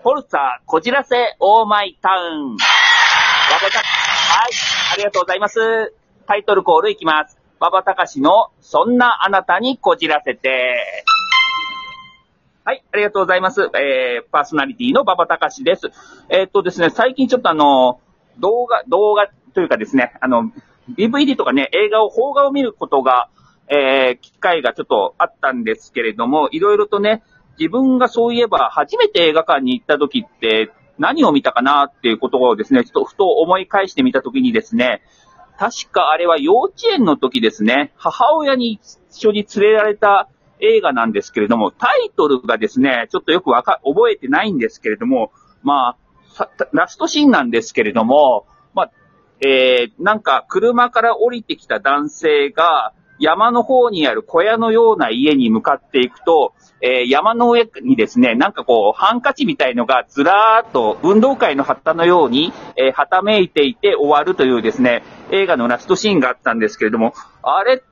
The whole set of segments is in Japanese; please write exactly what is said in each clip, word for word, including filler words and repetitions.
ポルツァこじらせオーマイタウン。馬場たはい、ありがとうございます。タイトルコールいきます。馬場隆のそんなあなたにこじらせて。はい、ありがとうございます。えー、パーソナリティの馬場隆です。えー、っとですね、最近ちょっとあの、動画、動画というかですね、あの、ディーブイディー とかね、映画を、邦画を見ることが、えー、機会がちょっとあったんですけれども、いろいろとね、自分がそういえば初めて映画館に行った時って何を見たかなっていうことをですね、ちょっとふと思い返してみた時にですね、確かあれは幼稚園の時ですね、母親に一緒に連れられた映画なんですけれども、タイトルがですね、ちょっとよくわか、覚えてないんですけれども、まあ、ラストシーンなんですけれども、まあ、えー、なんか車から降りてきた男性が山の方にある小屋のような家に向かっていくと、えー、山の上にですね、なんかこう、ハンカチみたいのがずらーっと運動会の旗のように、えー、はためいていて終わるというですね、映画のラストシーンがあったんですけれども、あれって、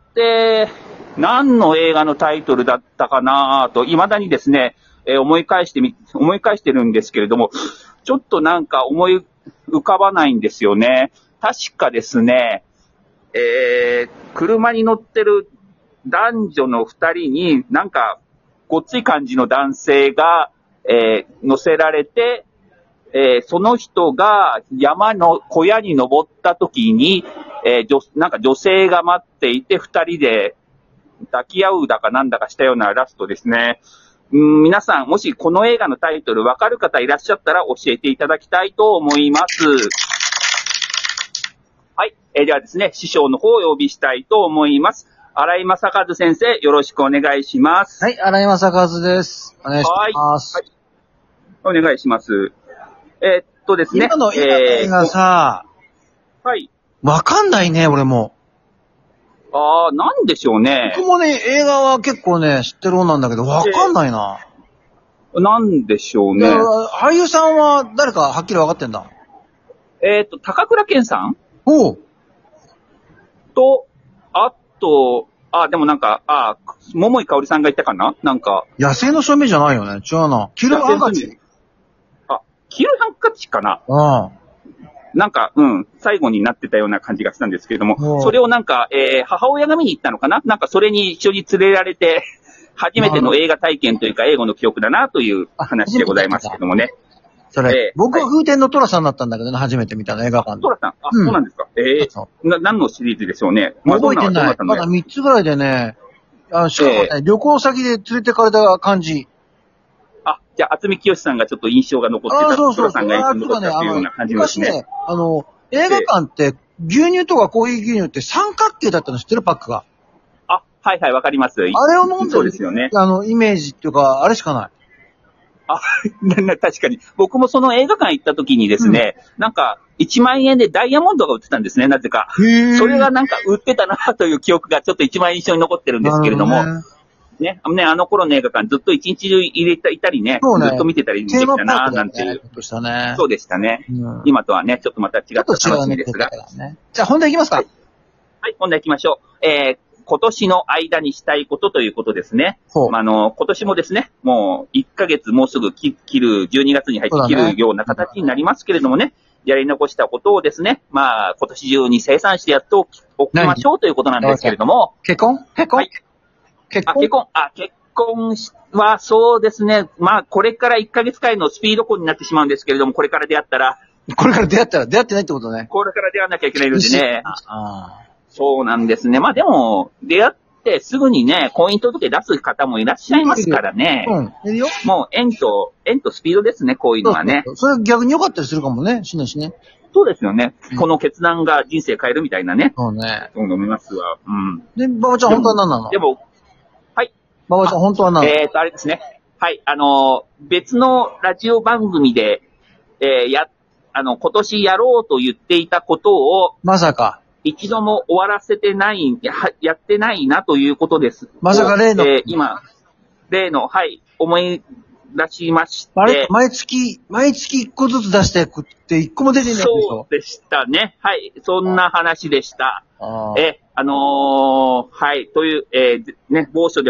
何の映画のタイトルだったかなと、未だにですね、えー、思い返してみ、思い返してるんですけれども、ちょっとなんか思い浮かばないんですよね。確かですね、えー、車に乗ってる男女の二人になんかごっつい感じの男性が、えー、乗せられて、えー、その人が山の小屋に登った時に、えー、なんか女性が待っていて二人で抱き合うだかなんだかしたようなラストですね。うん、皆さんもしこの映画のタイトルわかる方いらっしゃったら教えていただきたいと思います。はい。えー、ではですね、師匠の方をお呼びしたいと思います。新井正和先生、よろしくお願いします。 はい、新井正和です。お願いします。 はい。はい、お願いします。えー、っとですね。 今の映画さ、 えー、はい。 わかんないね、俺も。 あー、なんでしょうね。 僕もね、映画は結構ね、知ってる方なんだけど、わかんないな。 えー、なんでしょうね。 俳優さんは誰かはっきりわかってんだ。 えー、っと、高倉健さんおう。 と、あと、あ、でもなんか、あ、桃井かおりさんが言ったかななんか。 野生の証明じゃないよね。違うな。キルハンカチ。 あ、キルハンカチかなうん。 なんか、うん、最後になってたような感じがしたんですけれども、それをなんか、えー、母親が見に行ったのかななんかそれに一緒に連れられて、初めての映画体験というか、英語の記憶だなという話でございますけどもね。 それ、えー、僕は風天のトラさんだったんだけどね、初めて見たの、映画館で。 トラさんあ、うん、そうなんですか。ええー、な、何のシリーズでしょうね。 まあ、覚えてない。まだみっつぐらいでね、あしかもね、えー、旅行先で連れてかれた感じ。 あ、じゃあ、渥美清さんがちょっと印象が残ってた。 あ、そうそうそう。 トラさんが印象に残ったというような感じですね。 昔ね、あの、映画館って牛乳とかコーヒー牛乳って三角形だったの知ってるパックが。 あ、はいはい、わかります。あれを飲んでる。 そうですよね。 あの、イメージっていうか、あれしかない。 あ、確かに。僕もその映画館行った時にですね、うん、なんか、いちまんえんでダイヤモンドが売ってたんですね、なぜか。それがなんか売ってたなという記憶がちょっと一番印象に残ってるんですけれども、ね、ね、ね、あの頃の映画館ずっと一日中入れたいたりね、ねずっと見てたりできたな、なんていう。 そうね。 そうでしたね、うん。今とはね、ちょっとまた違った楽しみですが。 ね、じゃあ本題行きますか。 はい、はい、本題行きましょう。えー今年の間にしたいことということですね。まあ、あの、今年もですね、もういっかげつもうすぐ切る、じゅうにがつに入って切るような形になりますけれどもね、やり残したことをですね、まあ、今年中に生産してやっておきましょうということなんですけれども。 結婚結婚、はい、 結婚あ、結婚、あ、結婚はそうですね、まあ、これからいっかげつかんのスピード婚になってしまうんですけれども、これから出会ったら。 これから出会ったら出会ってないってことね。 これから出会わなきゃいけないのでね。あそうなんですね。まあでも、出会ってすぐにね、婚姻届出す方もいらっしゃいますからね。 うん。いるよ。 もう、縁と、縁とスピードですね、こういうのはね。 そうそうそうそれ逆に良かったりするかもね、しないしね。 そうですよね。うん、この決断が人生変えるみたいなね。 そうね。 そう思いますわ。うん。 で、馬場ちゃん本当は何なの？ でも、はい。 馬場ちゃん本当は何なの？ えーと、あれですね。はい。あの、別のラジオ番組で、えー、や、あの、今年やろうと言っていたことを、 まさか。 一度も終わらせてない、や、やってないなということです。 まさか例の、 えー、今、例の、はい、思い出しまして。 あれ毎月、毎月一個ずつ出していくって一個も出てないでしょ？ そうでしたね。はい、そんな話でした。あえ、あのー、はい、という、えー、ね、某所でも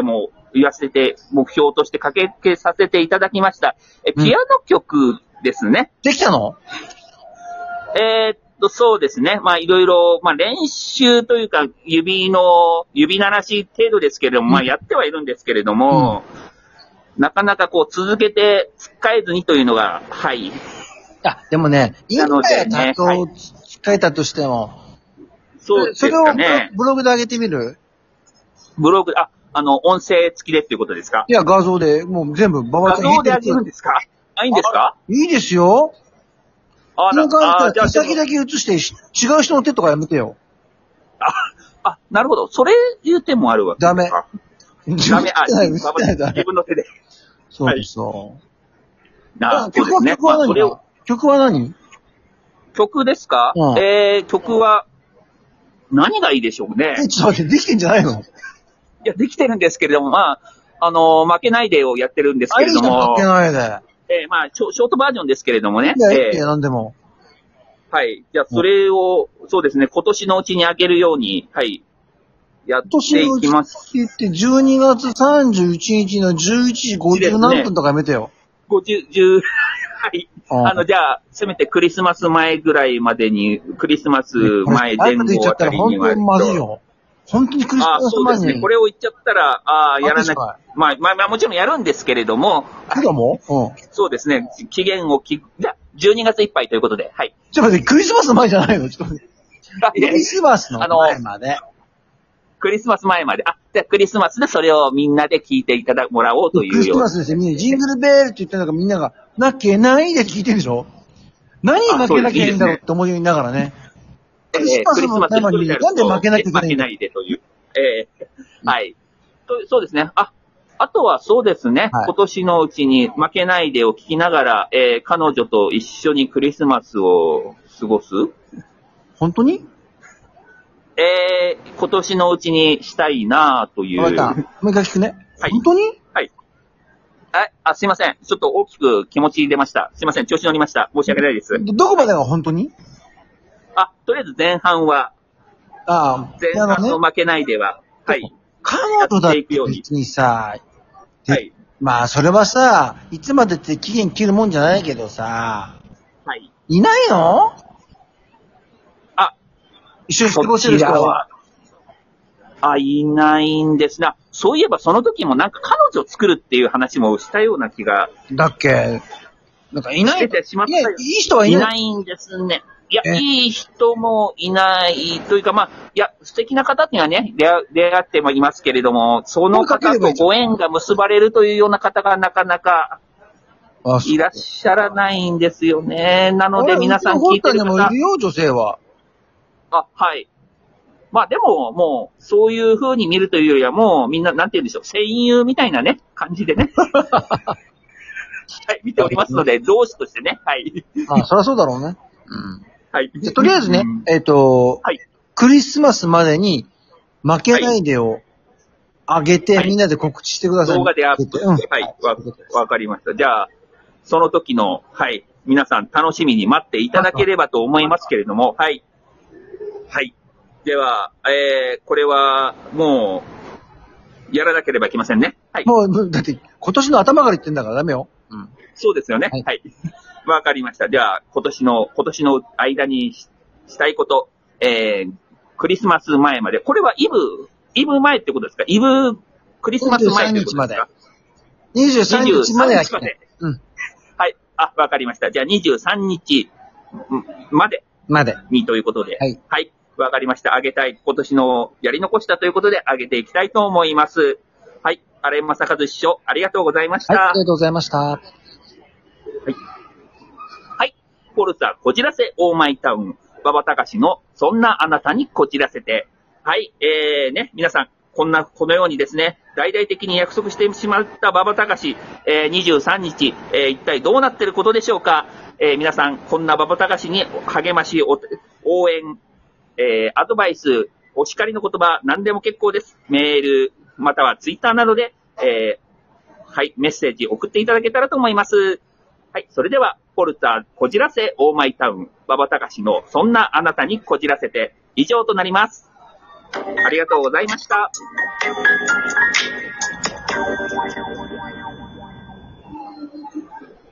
言わせて、目標としてかけけさせていただきました。え、ピアノ曲ですね。 できたの？ えー、っと、そうですね。まあ、いろいろ、まあ、練習というか、指の、指鳴らし程度ですけれども、 うん、 まあ、やってはいるんですけれども、うん、なかなかこう、続けて使えずにというのが、はい。 あ、でもね、いいんだよ、担当を使えたとしても。 そうですかね。 それをブログで上げてみる？ ブログ、あ、あの、音声付きでっていうことですか？ いや、画像で、もう全部、ババちゃん画像で上げるんですか？あ、いいんですか？ いいですよ。 あ、 なんか、 じゃあ、 手先だけ映して、違う人の手とかやめてよ。 あ、あ、なるほど。それ言う手もあるわけですか？ダメ。ダメ、あ、自分の手で。 そうです、そう。 なあ、曲は曲は何？曲は何？ 曲ですか？うん、えー、曲は、何がいいでしょうね。 え、ちょっと待って、できてんじゃないの？ いや、できてるんですけれども、まあ、あのー、負けないでをやってるんですけれども。 負けないで。 えー、まあショ、ショートバージョンですけれどもね。 いや、えー、なんでも。 はい。じゃあ、それを、そうですね、今年のうちに上げるように、はい。やっていきます。 今年のうちって、じゅうにがつさんじゅういちにちのじゅういちじごじゅうなんぷんとかやめてよ。 ごじゅう、じゅう、はい。あの、じゃあ、せめてクリスマス前ぐらいまでに、クリスマス前前後あたりには。 本当にまずいよ。本当にクリスマス前に。あ、 そうですね。これを言っちゃったら、ああ、やらなきゃ。まあ、まあ、まあ、もちろんやるんですけれども。 けども、 うん、そうですね。期限をき、じゃあ、じゅうにがついっぱいということで、はい。 ちょっと待って、クリスマス前じゃないの？ちょっと待って。クリスマスの前まで。 クリスマス前まで。あ、じゃあクリスマスでそれをみんなで聞いていただもらおうというような。 クリスマスですよ。みんなジングルベールって言ってるのがみんなが、なけないで聞いてるでしょ？何負けなきゃいいんだろうって思いながらね。 クリスマスの前までなんで負けなきゃいけないんだ？負けないでという。えー、はい。とそうですね。あ、あとはそうですね。はい、今年のうちに負けないでを聞きながら、えー、彼女と一緒にクリスマスを過ごす？ 本当に？ えー、今年のうちにしたいなぁという。 わかった。もう一回聞くね。 はい。 本当に？ はい。あ、あ、すいません。ちょっと大きく気持ち出ました。すいません。調子乗りました。申し訳ないです。 どこまでが本当に？ あ、とりあえず前半は。 ああ、 前半の負けないでは。はい。 彼女だって別にさ、 はい。 まあ、それはさ、いつまでって期限切るもんじゃないけどさ、 はい。 いないの？ あ、 一緒に過ごしてる人は。 あ、いないんですが、そういえばその時もなんか彼女を作るっていう話もしたような気が。 だっけ？なんかいない。 出てしまったよ。 いい人はいない。 いないんですね。いや、いい人もいないというか、まあ、いや、素敵な方にはね、出会、出会ってもいますけれども、その方とご縁が結ばれるというような方がなかなかいらっしゃらないんですよね。なので皆さん聞いてる方。 本当にもいるよ、女性は。 あ、はい。まあでも、もう、そういう風に見るというよりは、もうみんな、なんて言うんでしょう、戦友みたいなね、感じでね。はい、見ておりますので、上司としてね、はい。 あ、そりゃそうだろうね。うん。 はい。 とりあえずね、うん、えっ、ー、と、はい、クリスマスまでに負けないでを上げて、はい、みんなで告知してください。 動画でアップして、うん、はい、わ、わかりました。じゃあ、その時の、はい、皆さん楽しみに待っていただければと思いますけれども、はい。はい。では、えー、これは、もう、やらなければいけませんね。はい。 もう、だって、今年の頭から言ってんだからダメよ。 うん。そうですよね。はい。はい、わかりました。じゃあ、今年の、今年の間に し, したいこと、えー、クリスマス前まで。これはイブ、イブ前ってことですか？イブ、クリスマス前ってことですか？ にじゅうさんにちまで。にじゅうさんにちまで。うん。はい。あ、わかりました。じゃあ、にじゅうさんにちまで。 まで。 にということで。 はい。 はい。わかりました。あげたい。今年のやり残したということで、あげていきたいと思います。はい。荒井正和師匠、ありがとうございました。 はい。ありがとうございました。はい。 はい。フォルツァこじらせオーマイタウン。馬場隆のそんなあなたにこじらせて。はい。えー、ね、皆さん、こんな、このようにですね、大々的に約束してしまった馬場隆、えー、にじゅうさんにち、えー、一体どうなっていることでしょうか。えー、皆さん、こんな馬場隆に励まし、応援、えー、アドバイス、お叱りの言葉、何でも結構です。メール、またはツイッターなどで、えー、はい、メッセージ送っていただけたらと思います。はい、それでは、ポルター、こじらせ、オーマイタウン、馬場隆の、そんなあなたにこじらせて、以上となります。ありがとうございました。